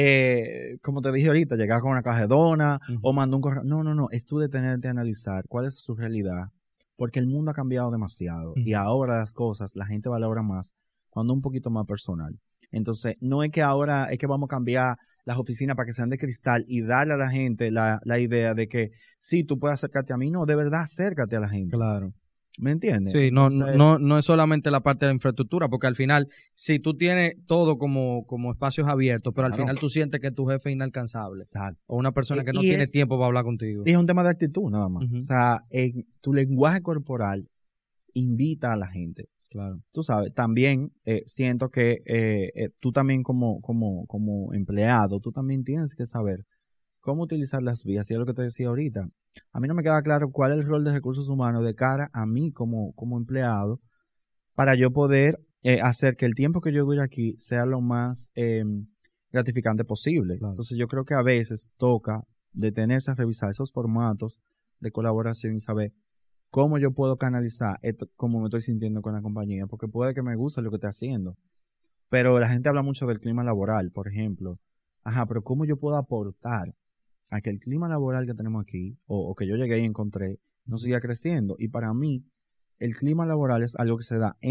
como te dije ahorita, llegar con una caja de donas o mandar un correo. No, es tú detenerte a analizar cuál es su realidad, porque el mundo ha cambiado demasiado y ahora las cosas, la gente valora más cuando es un poquito más personal. Entonces, no es que ahora es que vamos a cambiar las oficinas para que sean de cristal y darle a la gente la idea de que sí, tú puedes acercarte a mí. No, de verdad, acércate a la gente. Claro. ¿Me entiendes? Sí, entonces, no es solamente la parte de la infraestructura, porque al final, si tú tienes todo como espacios abiertos, pero al final tú sientes que tu jefe es inalcanzable. Exacto. O una persona que no tiene tiempo para hablar contigo. Y es un tema de actitud, nada más. O sea, tu lenguaje corporal invita a la gente. Claro. Tú sabes, también siento que tú también como empleado, tú también tienes que saber cómo utilizar las vías, y es lo que te decía ahorita. A mí no me queda claro cuál es el rol de recursos humanos de cara a mí como empleado, para yo poder hacer que el tiempo que yo dure aquí sea lo más gratificante posible. Claro. Entonces yo creo que a veces toca detenerse a revisar esos formatos de colaboración y saber cómo yo puedo canalizar esto, cómo me estoy sintiendo con la compañía, porque puede que me guste lo que esté haciendo. Pero la gente habla mucho del clima laboral, por ejemplo. Ajá, pero ¿cómo yo puedo aportar a que el clima laboral que tenemos aquí, o que yo llegué y encontré, no siga creciendo? Y para mí, el clima laboral es algo que se da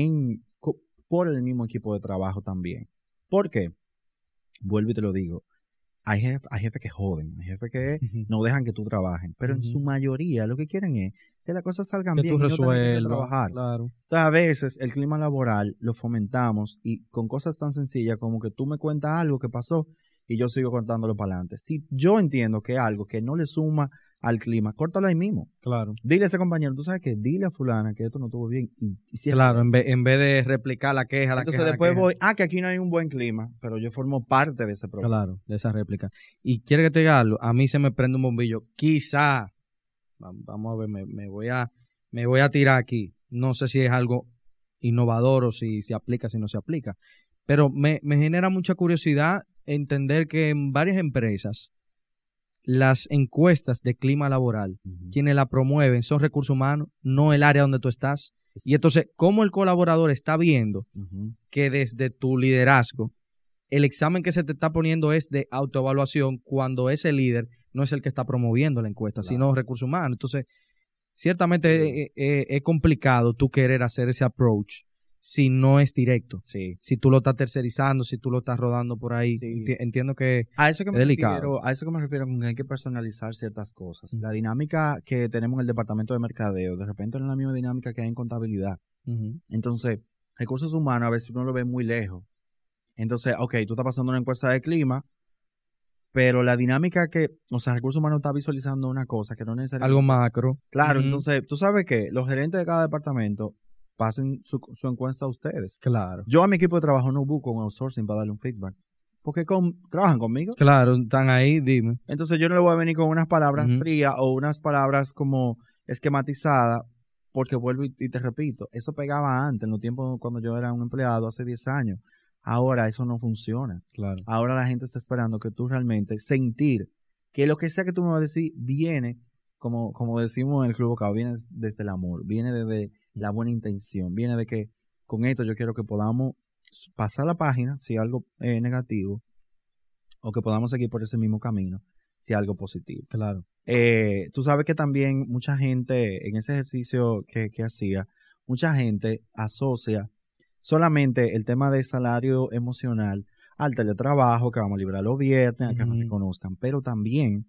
por el mismo equipo de trabajo también. ¿Por qué? Vuelvo y te lo digo. Hay jefes que joden, hay jefes que no dejan que tú trabajes, pero en su mayoría lo que quieren es que las cosas salgan bien y no tener que trabajar. Claro. Entonces, a veces el clima laboral lo fomentamos y con cosas tan sencillas como que tú me cuentas algo que pasó y yo sigo contándolo para adelante. Si yo entiendo que algo que no le suma al clima, córtalo ahí mismo. Claro. Dile a ese compañero, tú sabes que dile a fulana que esto no estuvo bien. Y si claro, en vez de replicar la queja, entonces después voy, que aquí no hay un buen clima, pero yo formo parte de ese problema. Claro, de esa réplica. Y quiere que te diga algo, a mí se me prende un bombillo. Quizá, vamos a ver, me voy a tirar aquí. No sé si es algo innovador o si se aplica, si no se aplica. Pero me genera mucha curiosidad entender que en varias empresas las encuestas de clima laboral, quienes la promueven son recursos humanos, no el área donde tú estás. Y entonces, ¿cómo el colaborador está viendo que desde tu liderazgo el examen que se te está poniendo es de autoevaluación cuando ese líder no es el que está promoviendo la encuesta, sino recursos humanos? Entonces, ciertamente es complicado tú querer hacer ese approach si no es directo. Sí. Si tú lo estás tercerizando, si tú lo estás rodando por ahí, entiendo que es delicado. A eso que me refiero con que hay que personalizar ciertas cosas. La dinámica que tenemos en el departamento de mercadeo, de repente no es la misma dinámica que hay en contabilidad. Entonces, recursos humanos a veces uno lo ve muy lejos. Entonces, ok, tú estás pasando una encuesta de clima, pero la dinámica recursos humanos está visualizando una cosa que no necesariamente... Algo macro. Claro, entonces, tú sabes que los gerentes de cada departamento pasen su encuesta a ustedes. Claro. Yo a mi equipo de trabajo no busco un outsourcing para darle un feedback. Porque trabajan conmigo. Claro, están ahí, dime. Entonces yo no le voy a venir con unas palabras frías o unas palabras como esquematizadas, porque vuelvo y te repito, eso pegaba antes, en los tiempos cuando yo era un empleado, hace 10 años. Ahora eso no funciona. Claro. Ahora la gente está esperando que tú realmente sentir que lo que sea que tú me vas a decir viene, como decimos en el Club Bocado, viene desde el amor, viene desde la buena intención, viene de que con esto yo quiero que podamos pasar la página si algo negativo o que podamos seguir por ese mismo camino si algo positivo. Claro. Tú sabes que también mucha gente en ese ejercicio que hacía, mucha gente asocia solamente el tema de salario emocional al teletrabajo, que vamos a librar los viernes, a que nos reconozcan, pero también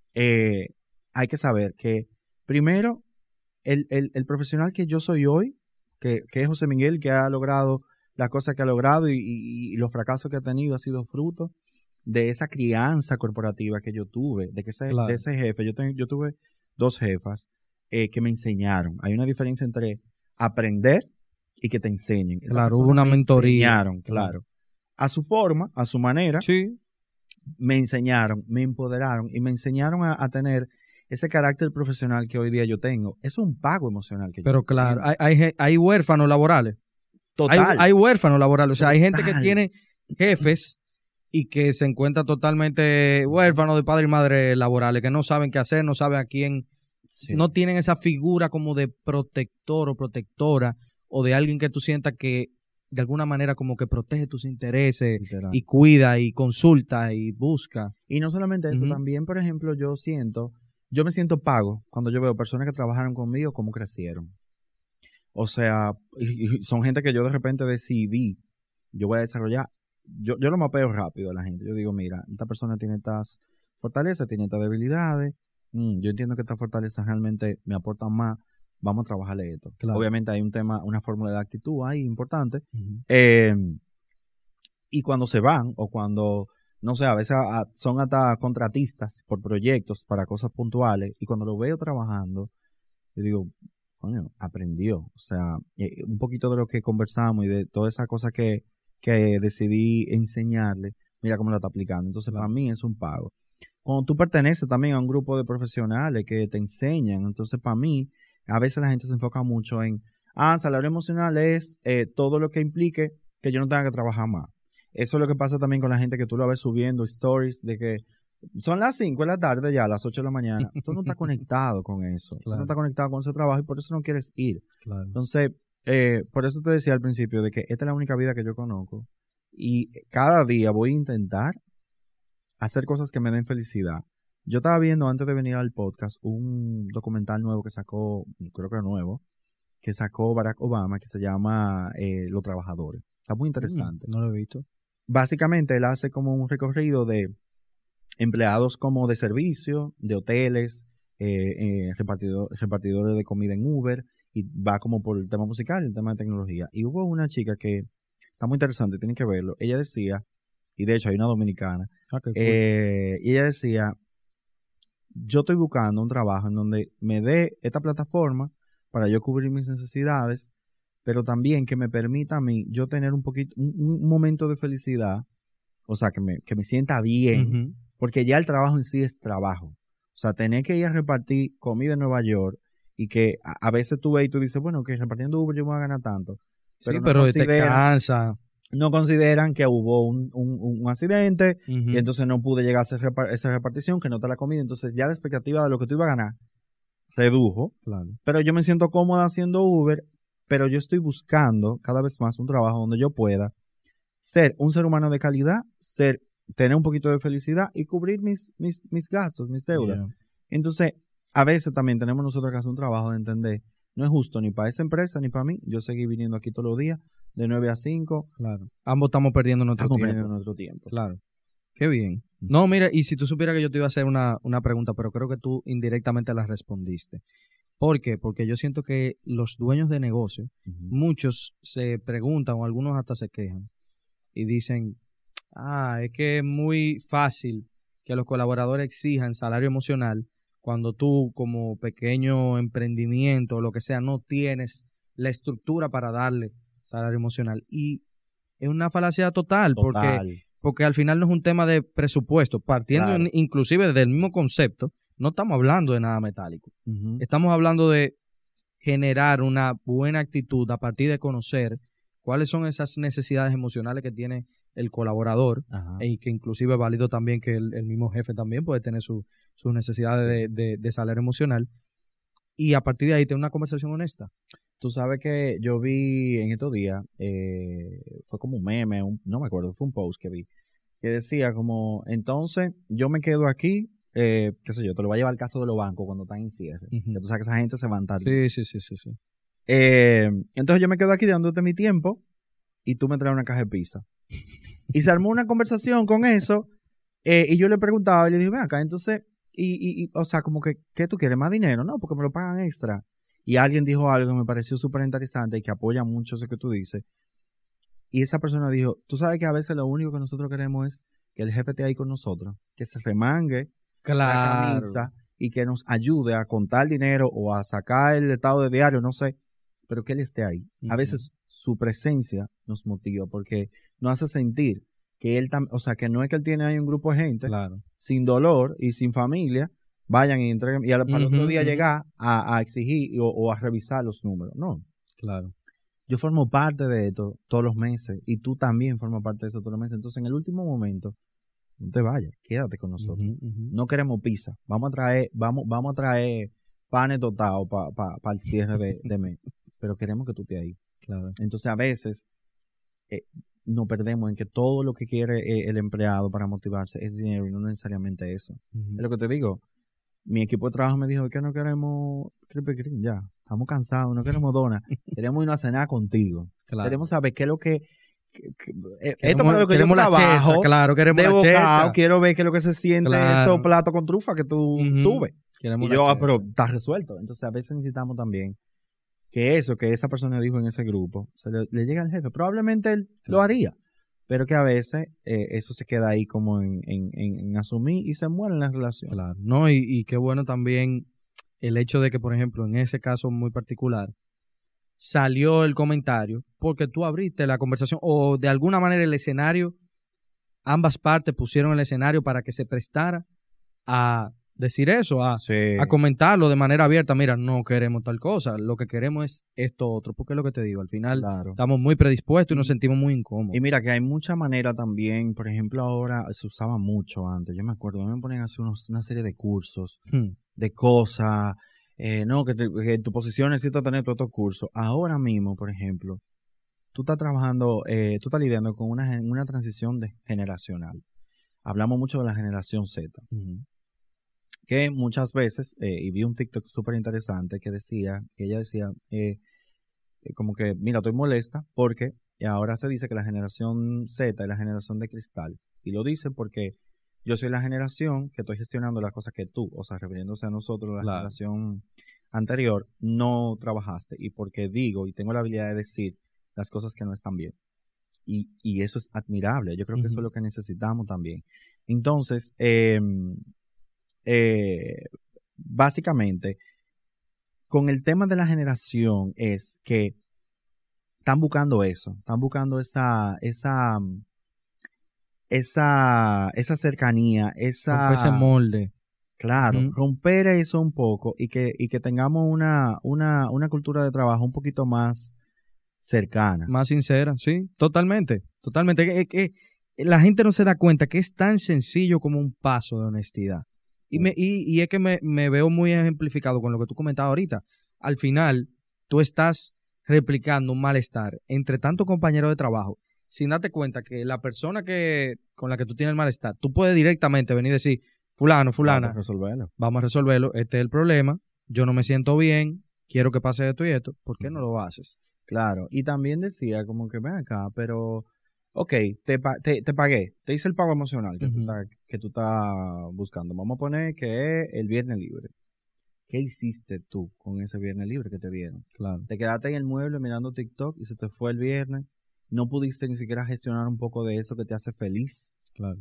hay que saber que primero el profesional que yo soy hoy, que es José Miguel, que ha logrado las cosas que ha logrado y los fracasos que ha tenido, ha sido fruto de esa crianza corporativa que yo tuve, de ese jefe. Yo tuve 2 jefas que me enseñaron. Hay una diferencia entre aprender y que te enseñen. Claro, hubo una mentoría. Enseñaron, claro. A su forma, a su manera. Sí. Me enseñaron, me empoderaron y me enseñaron a tener ese carácter profesional que hoy día yo tengo. Es un pago emocional que Pero yo claro, hay huérfanos laborales. Total. Hay huérfanos laborales. O sea, hay gente que Total. tiene jefes y que se encuentra totalmente huérfanos de padre y madre laborales, que no saben qué hacer, no saben a quién, no tienen esa figura como de protector o protectora o de alguien que tú sientas que de alguna manera como que protege tus intereses. Literal. Y cuida y consulta y busca. Y no solamente eso, también, por ejemplo, yo me siento pago cuando yo veo personas que trabajaron conmigo, cómo crecieron. O sea, y son gente que yo de repente decidí, yo voy a desarrollar. Yo lo mapeo rápido a la gente. Yo digo, mira, esta persona tiene estas fortalezas, tiene estas debilidades. Yo entiendo que estas fortalezas realmente me aportan más. Vamos a trabajarle esto. Claro. Obviamente hay un tema, una fórmula de actitud ahí importante. Y cuando se van o cuando, no sé, a veces son hasta contratistas por proyectos para cosas puntuales. Y cuando lo veo trabajando, yo digo, coño, aprendió. O sea, un poquito de lo que conversamos y de todas esas cosas que decidí enseñarle, mira cómo lo está aplicando. Entonces, para mí es un pago. Cuando tú perteneces también a un grupo de profesionales que te enseñan, entonces para mí, a veces la gente se enfoca mucho en, Salario emocional es todo lo que implique que yo no tenga que trabajar más. Eso es lo que pasa también con la gente que tú lo ves subiendo stories de que son las 5 de la tarde ya, a las 8 de la mañana. Tú no estás conectado con eso. Claro. Tú no estás conectado con ese trabajo y por eso no quieres ir. Claro. Entonces, por eso te decía al principio de que esta es la única vida que yo conozco y cada día voy a intentar hacer cosas que me den felicidad. Yo estaba viendo antes de venir al podcast un documental nuevo que sacó, creo que nuevo, que sacó Barack Obama, que se llama Los Trabajadores. Está muy interesante. No lo he visto. Básicamente, él hace como un recorrido de empleados como de servicio, de hoteles, repartidores de comida en Uber, y va como por el tema musical y el tema de tecnología. Y hubo una chica que está muy interesante, tienen que verlo. Ella decía, y de hecho hay una dominicana, cool. Y ella decía, yo estoy buscando un trabajo en donde me dé esta plataforma para yo cubrir mis necesidades, pero también que me permita a mí yo tener un momento de felicidad, o sea, que me sienta bien, porque ya el trabajo en sí es trabajo. O sea, tener que ir a repartir comida en Nueva York y que a veces tú ves y tú dices, bueno, que repartiendo Uber yo me voy a ganar tanto. Pero sí, pero te cansa. No consideran que hubo un accidente y entonces no pude llegar a hacer esa repartición, que no te la comida. Entonces ya la expectativa de lo que tú ibas a ganar redujo. Claro. Pero yo me siento cómoda haciendo Uber, pero yo estoy buscando cada vez más un trabajo donde yo pueda ser un ser humano de calidad, tener un poquito de felicidad y cubrir mis gastos, mis deudas. Yeah. Entonces, a veces también tenemos nosotros que hacer un trabajo de entender, no es justo ni para esa empresa ni para mí, yo seguí viniendo aquí todos los días, de 9 a 5. Claro. Ambos estamos perdiendo nuestro tiempo. Claro. Qué bien. No, mira, y si tú supieras que yo te iba a hacer una pregunta, pero creo que tú indirectamente la respondiste. ¿Por qué? Porque yo siento que los dueños de negocio, muchos se preguntan o algunos hasta se quejan y dicen, es que es muy fácil que los colaboradores exijan salario emocional cuando tú como pequeño emprendimiento o lo que sea no tienes la estructura para darle salario emocional. Y es una falacia total. Porque al final no es un tema de presupuesto. Partiendo inclusive del mismo concepto, no estamos hablando de nada metálico. Estamos hablando de generar una buena actitud a partir de conocer cuáles son esas necesidades emocionales que tiene el colaborador y que inclusive es válido también que el mismo jefe también puede tener sus necesidades de salario emocional y a partir de ahí tener una conversación honesta. Tú sabes que yo vi en estos días, fue como un meme, no me acuerdo, fue un post que vi, que decía como, entonces yo me quedo aquí, qué sé yo, te lo voy a llevar al caso de los bancos cuando están en cierre, que tú sabes que esa gente se va a estar. Sí. Entonces yo me quedo aquí dándote mi tiempo y tú me traes una caja de pizza. Y se armó una conversación con eso y yo le preguntaba y le dije, ven acá, entonces, o sea, como que, ¿qué tú quieres? ¿Más dinero? No, porque me lo pagan extra. Y alguien dijo algo que me pareció súper interesante y que apoya mucho eso que tú dices. Y esa persona dijo, tú sabes que a veces lo único que nosotros queremos es que el jefe esté ahí con nosotros, que se remangue la camisa y que nos ayude a contar dinero o a sacar el estado de diario, no sé, pero que él esté ahí. A veces su presencia nos motiva porque nos hace sentir que él o sea, que no es que él tiene ahí un grupo de gente sin dolor y sin familia, vayan y entreguen, y al otro día llegar a exigir o a revisar los números. No. Claro. Yo formo parte de esto todos los meses y tú también formas parte de eso todos los meses. Entonces, en el último momento, no te vayas, quédate con nosotros. No queremos pizza. Vamos a traer panes dotados para el cierre de mes. Pero queremos que tú estés ahí. Claro. Entonces, a veces nos perdemos en que todo lo que quiere el empleado para motivarse es dinero y no necesariamente eso. Es lo que te digo. Mi equipo de trabajo me dijo que no queremos Krispy Kreme, ya. Estamos cansados, no queremos donas. Queremos irnos a cenar contigo. Claro. Queremos saber qué es lo que... esto es lo que yo trabajo. Checha, claro, queremos la checha. Quiero ver qué es lo que se siente esos platos con trufa que tú subes. Queremos y yo, pero está resuelto. Entonces, a veces necesitamos también que esa persona dijo en ese grupo, le llegue al jefe. Probablemente él lo haría. Pero que a veces eso se queda ahí como en asumir y se muere en la relación. Claro, no, y qué bueno también el hecho de que, por ejemplo, en ese caso muy particular, salió el comentario porque tú abriste la conversación o de alguna manera el escenario, ambas partes pusieron el escenario para que se prestara a decir eso, a Sí. comentarlo de manera abierta. Mira, no queremos tal cosa, lo que queremos es esto otro, porque es lo que te digo, al final Claro. estamos muy predispuestos y nos sentimos muy incómodos. Y mira que hay mucha manera también, por ejemplo, ahora se usaba mucho antes, yo me acuerdo, me ponen a hacer una serie de cursos, de cosas, no, que tu posición necesita tener todos estos cursos. Ahora mismo, por ejemplo, tú estás trabajando, tú estás lidiando con una transición generacional. Hablamos mucho de la generación Z, que muchas veces, y vi un TikTok súper interesante que ella decía, como que, mira, estoy molesta porque ahora se dice que la generación Z es la generación de cristal. Y lo dicen porque yo soy la generación que estoy gestionando las cosas que tú, o sea, refiriéndose a nosotros, la generación anterior, no trabajaste. Y porque digo y tengo la habilidad de decir las cosas que no están bien. Y eso es admirable. Yo creo que eso es lo que necesitamos también. Entonces, básicamente, con el tema de la generación es que están buscando eso, están buscando esa cercanía, ese molde. Claro, romper eso un poco y que tengamos una cultura de trabajo un poquito más cercana. Más sincera, sí, totalmente. Que la gente no se da cuenta que es tan sencillo como un paso de honestidad. Y es que me veo muy ejemplificado con lo que tú comentabas ahorita. Al final, tú estás replicando un malestar entre tantos compañeros de trabajo, sin darte cuenta que la persona con la que tú tienes el malestar, tú puedes directamente venir y decir, fulana, vamos a resolverlo, este es el problema, yo no me siento bien, quiero que pase esto y esto, ¿por qué no lo haces? Claro, y también decía como que ven acá, pero, ok, te pagué, te hice el pago emocional que tú estás buscando. Vamos a poner que es el viernes libre. ¿Qué hiciste tú con ese viernes libre que te dieron? Claro. Te quedaste en el mueble mirando TikTok y se te fue el viernes. No pudiste ni siquiera gestionar un poco de eso que te hace feliz. Claro.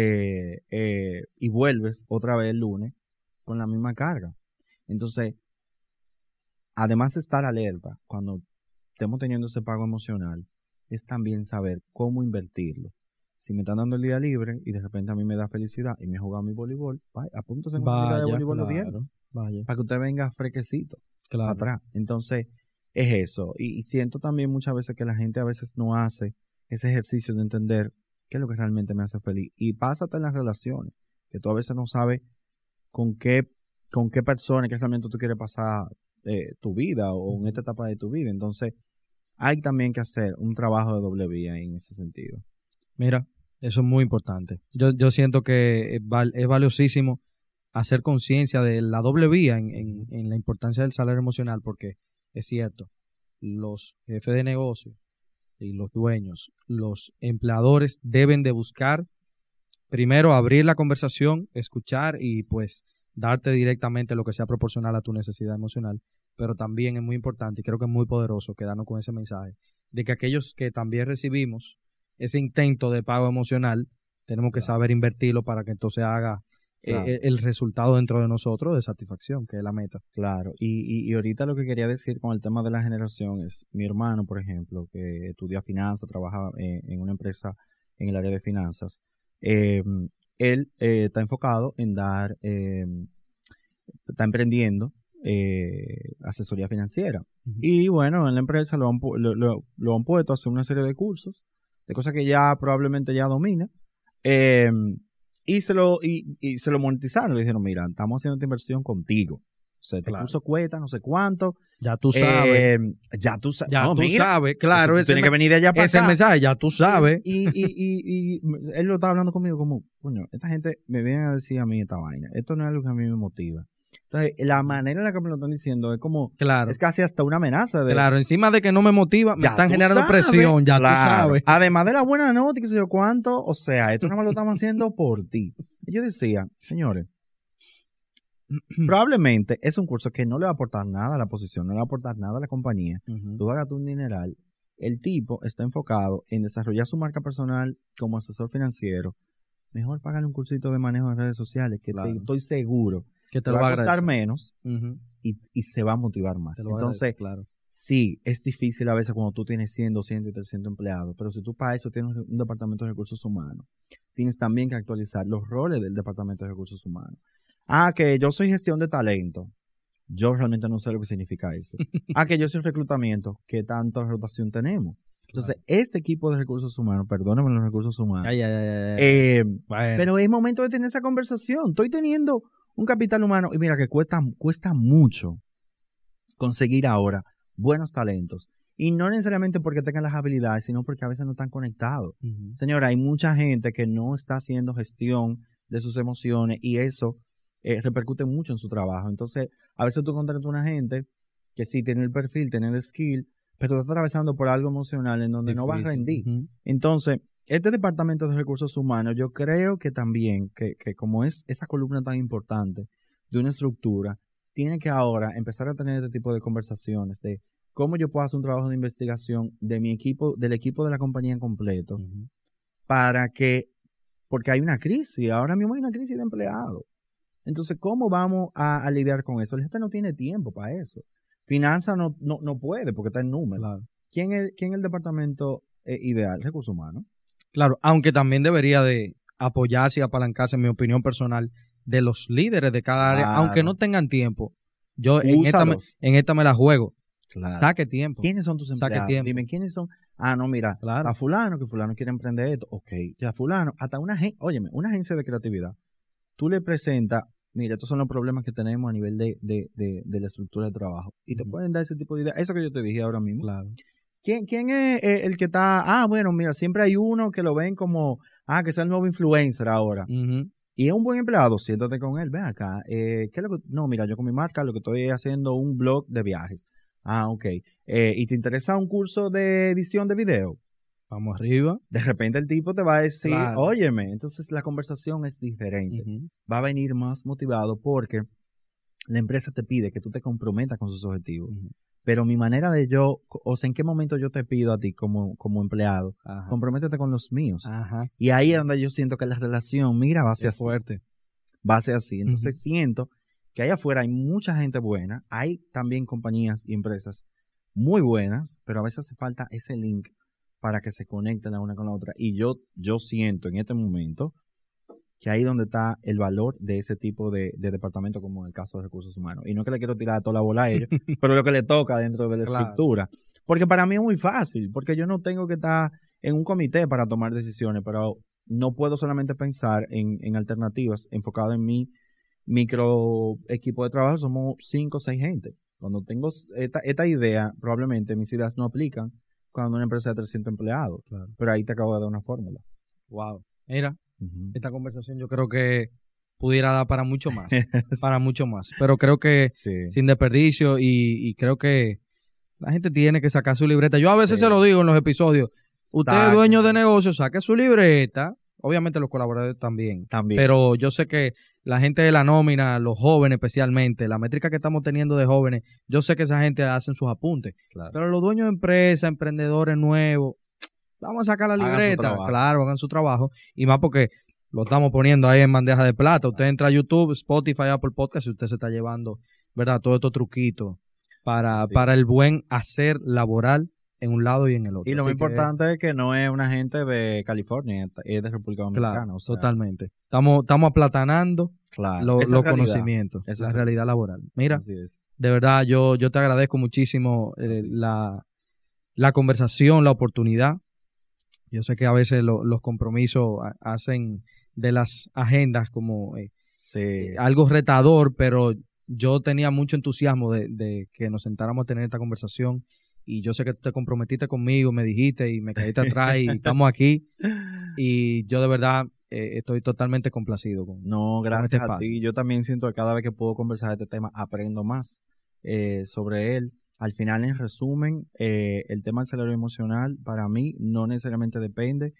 Y vuelves otra vez el lunes con la misma carga. Entonces, además de estar alerta cuando estemos teniendo ese pago emocional, es también saber cómo invertirlo. Si me están dando el día libre y de repente a mí me da felicidad y me he jugado mi voleibol, apúntese en una liga de voleibol bien. Para que usted venga fresquecito atrás. Entonces, es eso. Y siento también muchas veces que la gente a veces no hace ese ejercicio de entender qué es lo que realmente me hace feliz. Y pásate en las relaciones, que tú a veces no sabes con qué persona que realmente tú quieres pasar tu vida o en esta etapa de tu vida. Entonces, hay también que hacer un trabajo de doble vía en ese sentido. Mira, eso es muy importante. Yo siento que es valiosísimo hacer conciencia de la doble vía en la importancia del salario emocional, porque es cierto, los jefes de negocio y los dueños, los empleadores deben de buscar primero abrir la conversación, escuchar y pues darte directamente lo que sea proporcional a tu necesidad emocional, pero también es muy importante y creo que es muy poderoso quedarnos con ese mensaje de que aquellos que también recibimos ese intento de pago emocional, tenemos que saber invertirlo para que entonces haga el resultado dentro de nosotros de satisfacción, que es la meta. Claro, y ahorita lo que quería decir con el tema de la generación es, mi hermano, por ejemplo, que estudia finanzas, trabaja en una empresa en el área de finanzas, él está enfocado en está emprendiendo asesoría financiera. Y bueno, en la empresa lo han puesto a hacer una serie de cursos, de cosas que ya probablemente ya domina. Y se lo monetizaron. Le dijeron, mira, estamos haciendo esta inversión contigo. O sea, este curso cuesta no sé cuánto. Ya tú sabes. Ya tú sabes. Ya tú sabes, claro. Tienes que venir de allá para acá. Ese mensaje, ya tú sabes. Y él lo estaba hablando conmigo como, coño, esta gente me viene a decir a mí esta vaina. Esto no es algo que a mí me motiva. Entonces, la manera en la que me lo están diciendo es como, es casi hasta una amenaza. Claro, encima de que no me motiva, me están generando presión, ya tú sabes. Además de la buena nota y qué sé yo cuánto, o sea, esto no me lo estamos haciendo por ti. Y yo decía, señores, probablemente es un curso que no le va a aportar nada a la posición, no le va a aportar nada a la compañía. Tú vas a gastar un dineral. El tipo está enfocado en desarrollar su marca personal como asesor financiero. Mejor págale un cursito de manejo de redes sociales, que estoy seguro que te lo va a costar menos y se va a motivar más. Entonces, sí, es difícil a veces cuando tú tienes 100, 200 y 300 empleados, pero si tú para eso tienes un departamento de recursos humanos, tienes también que actualizar los roles del departamento de recursos humanos. Que yo soy gestión de talento. Yo realmente no sé lo que significa eso. Que yo soy reclutamiento. ¿Qué tanta rotación tenemos? Entonces, este equipo de recursos humanos, perdóname los recursos humanos, bueno. Pero es momento de tener esa conversación. Estoy teniendo un capital humano y mira que cuesta mucho conseguir ahora buenos talentos. Y no necesariamente porque tengan las habilidades, sino porque a veces no están conectados. Señora, hay mucha gente que no está haciendo gestión de sus emociones y eso repercute mucho en su trabajo. Entonces, a veces tú contratas a una gente que sí tiene el perfil, tiene el skill, pero está atravesando por algo emocional en donde no va a rendir. Entonces, este departamento de recursos humanos, yo creo que también, que como es esa columna tan importante de una estructura, tiene que ahora empezar a tener este tipo de conversaciones de cómo yo puedo hacer un trabajo de investigación de mi equipo, del equipo de la compañía en completo, porque hay una crisis, ahora mismo hay una crisis de empleados. Entonces, ¿cómo vamos a lidiar con eso? El jefe no tiene tiempo para eso. Finanzas no puede porque está en número. Claro. ¿Quién es el departamento ideal? Recursos humanos. Claro, aunque también debería de apoyarse y apalancarse, en mi opinión personal, de los líderes de cada área, aunque no tengan tiempo. Yo en esta me la juego. Claro. Saque tiempo. ¿Quiénes son tus empleados? Dime, ¿quiénes son? No, mira, a fulano, que fulano quiere emprender esto. Ok, ya fulano, hasta una agencia de creatividad. Tú le presentas, mira, estos son los problemas que tenemos a nivel de la estructura de trabajo. Y te pueden dar ese tipo de ideas. Eso que yo te dije ahora mismo. Claro. ¿Quién es el que está? Bueno, mira, siempre hay uno que lo ven como, que es el nuevo influencer ahora. Y es un buen empleado, siéntate con él, ven acá. ¿Qué es lo que? No, mira, yo con mi marca lo que estoy haciendo un blog de viajes. Ok. ¿Y te interesa un curso de edición de video? Vamos arriba. De repente el tipo te va a decir, óyeme, entonces la conversación es diferente. Va a venir más motivado porque la empresa te pide que tú te comprometas con sus objetivos. Pero mi manera de ¿en qué momento yo te pido a ti como empleado? Comprométete con los míos. Y ahí es donde yo siento que la relación, mira, va a ser fuerte. Va a ser así. Entonces siento que allá afuera hay mucha gente buena, hay también compañías y empresas muy buenas, pero a veces hace falta ese link para que se conecten la una con la otra. Y yo siento en este momento que ahí es donde está el valor de ese tipo de departamento, como en el caso de recursos humanos. Y no es que le quiero tirar toda la bola a ellos, pero lo que le toca dentro de la estructura. Porque para mí es muy fácil, porque yo no tengo que estar en un comité para tomar decisiones, pero no puedo solamente pensar en alternativas enfocadas en mi micro equipo de trabajo. Somos 5 o 6 gente. Cuando tengo esta idea, probablemente mis ideas no aplican cuando una empresa de 300 empleados. Pero ahí te acabo de dar una fórmula. Wow. Mira, esta conversación yo creo que pudiera dar para mucho más. Para mucho más. Pero creo que sin desperdicio y creo que la gente tiene que sacar su libreta. Yo a veces se lo digo en los episodios. Usted es dueño de negocio, saque su libreta. Obviamente los colaboradores también. Pero yo sé que la gente de la nómina, los jóvenes especialmente, la métrica que estamos teniendo de jóvenes, yo sé que esa gente hacen sus apuntes. Pero los dueños de empresas, emprendedores nuevos, vamos a sacar la libreta. Claro, hagan su trabajo. Y más porque lo estamos poniendo ahí en bandeja de plata. Usted entra a YouTube, Spotify, Apple Podcast y usted se está llevando, ¿verdad? Todos estos truquitos para el buen hacer laboral en un lado y en el otro. Y lo más importante es que no es una gente de California, es de República Dominicana. Claro, totalmente. Estamos aplatanando los conocimientos, la realidad laboral. Mira, de verdad, yo te agradezco muchísimo la conversación, la oportunidad. Yo sé que a veces los compromisos hacen de las agendas como algo retador, pero yo tenía mucho entusiasmo de que nos sentáramos a tener esta conversación. Y yo sé que te comprometiste conmigo, me dijiste y me caíste atrás y estamos aquí. Y yo de verdad estoy totalmente complacido con gracias a ti. Yo también siento que cada vez que puedo conversar de este tema aprendo más sobre él. Al final, en resumen, el tema del salario emocional para mí no necesariamente depende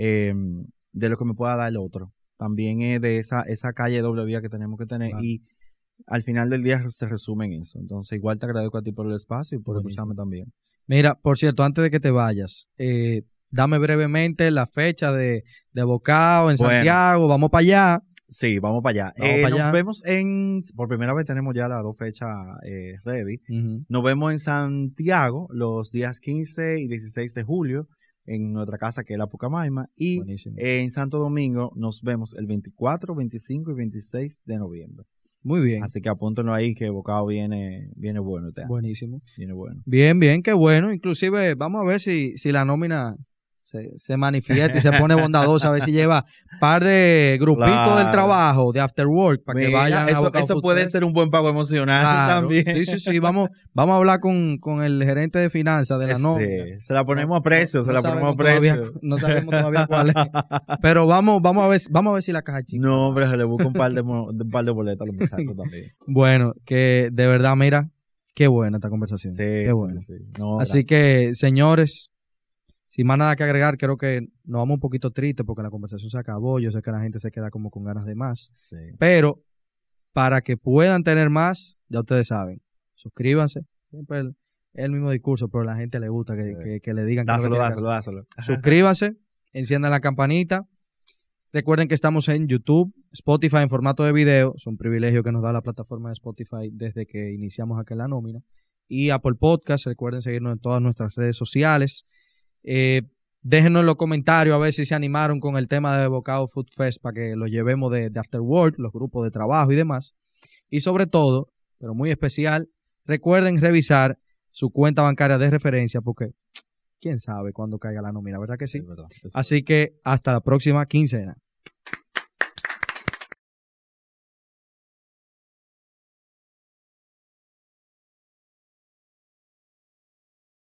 de lo que me pueda dar el otro. También es de esa calle doble vía que tenemos que tener. Claro. Y al final del día se resume en eso. Entonces, igual te agradezco a ti por el espacio y por escucharme también. Mira, por cierto, antes de que te vayas, dame brevemente la fecha de Bocao en Santiago. Vamos para allá. Sí, vamos para allá. Nos vemos por primera vez tenemos ya las 2 fechas ready. Nos vemos en Santiago los días 15 y 16 de julio en nuestra casa que es la Pucamaima. Y en Santo Domingo nos vemos el 24, 25 y 26 de noviembre. Muy bien. Así que apúntenlo ahí que Bocado viene bueno. Buenísimo. Viene bueno. Bien, qué bueno. Inclusive vamos a ver si la nómina se manifiesta y se pone bondadosa, a ver si lleva par de grupitos del trabajo, de after work, para que vayan a Bocado eso Food puede Fest. ser un buen pago emocional también. Sí. Vamos a hablar con el gerente de finanzas de la nómina. Se la ponemos a precio, No sabemos todavía cuál es. Pero vamos a ver si la caja chica. No, hombre, se le busca un par de boletas a los muchachos también. Bueno, que de verdad, mira, qué buena esta conversación. Qué buena. Sí. No, así que, señores, sin más nada que agregar, creo que nos vamos un poquito tristes porque la conversación se acabó. Yo sé que la gente se queda como con ganas de más. Sí. Pero para que puedan tener más, ya ustedes saben, suscríbanse. Siempre el mismo discurso, pero a la gente le gusta que le digan. Dáselo. Suscríbanse, enciendan la campanita. Recuerden que estamos en YouTube, Spotify en formato de video. Es un privilegio que nos da la plataforma de Spotify desde que iniciamos acá en la nómina. Y Apple Podcast, recuerden seguirnos en todas nuestras redes sociales. Déjenos en los comentarios a ver si se animaron con el tema de Bocado Food Fest para que lo llevemos de After Work, los grupos de trabajo y demás. Y sobre todo, pero muy especial, recuerden revisar su cuenta bancaria de referencia porque quién sabe cuándo caiga la nómina, ¿verdad que sí? Es verdad. Así que hasta la próxima quincena.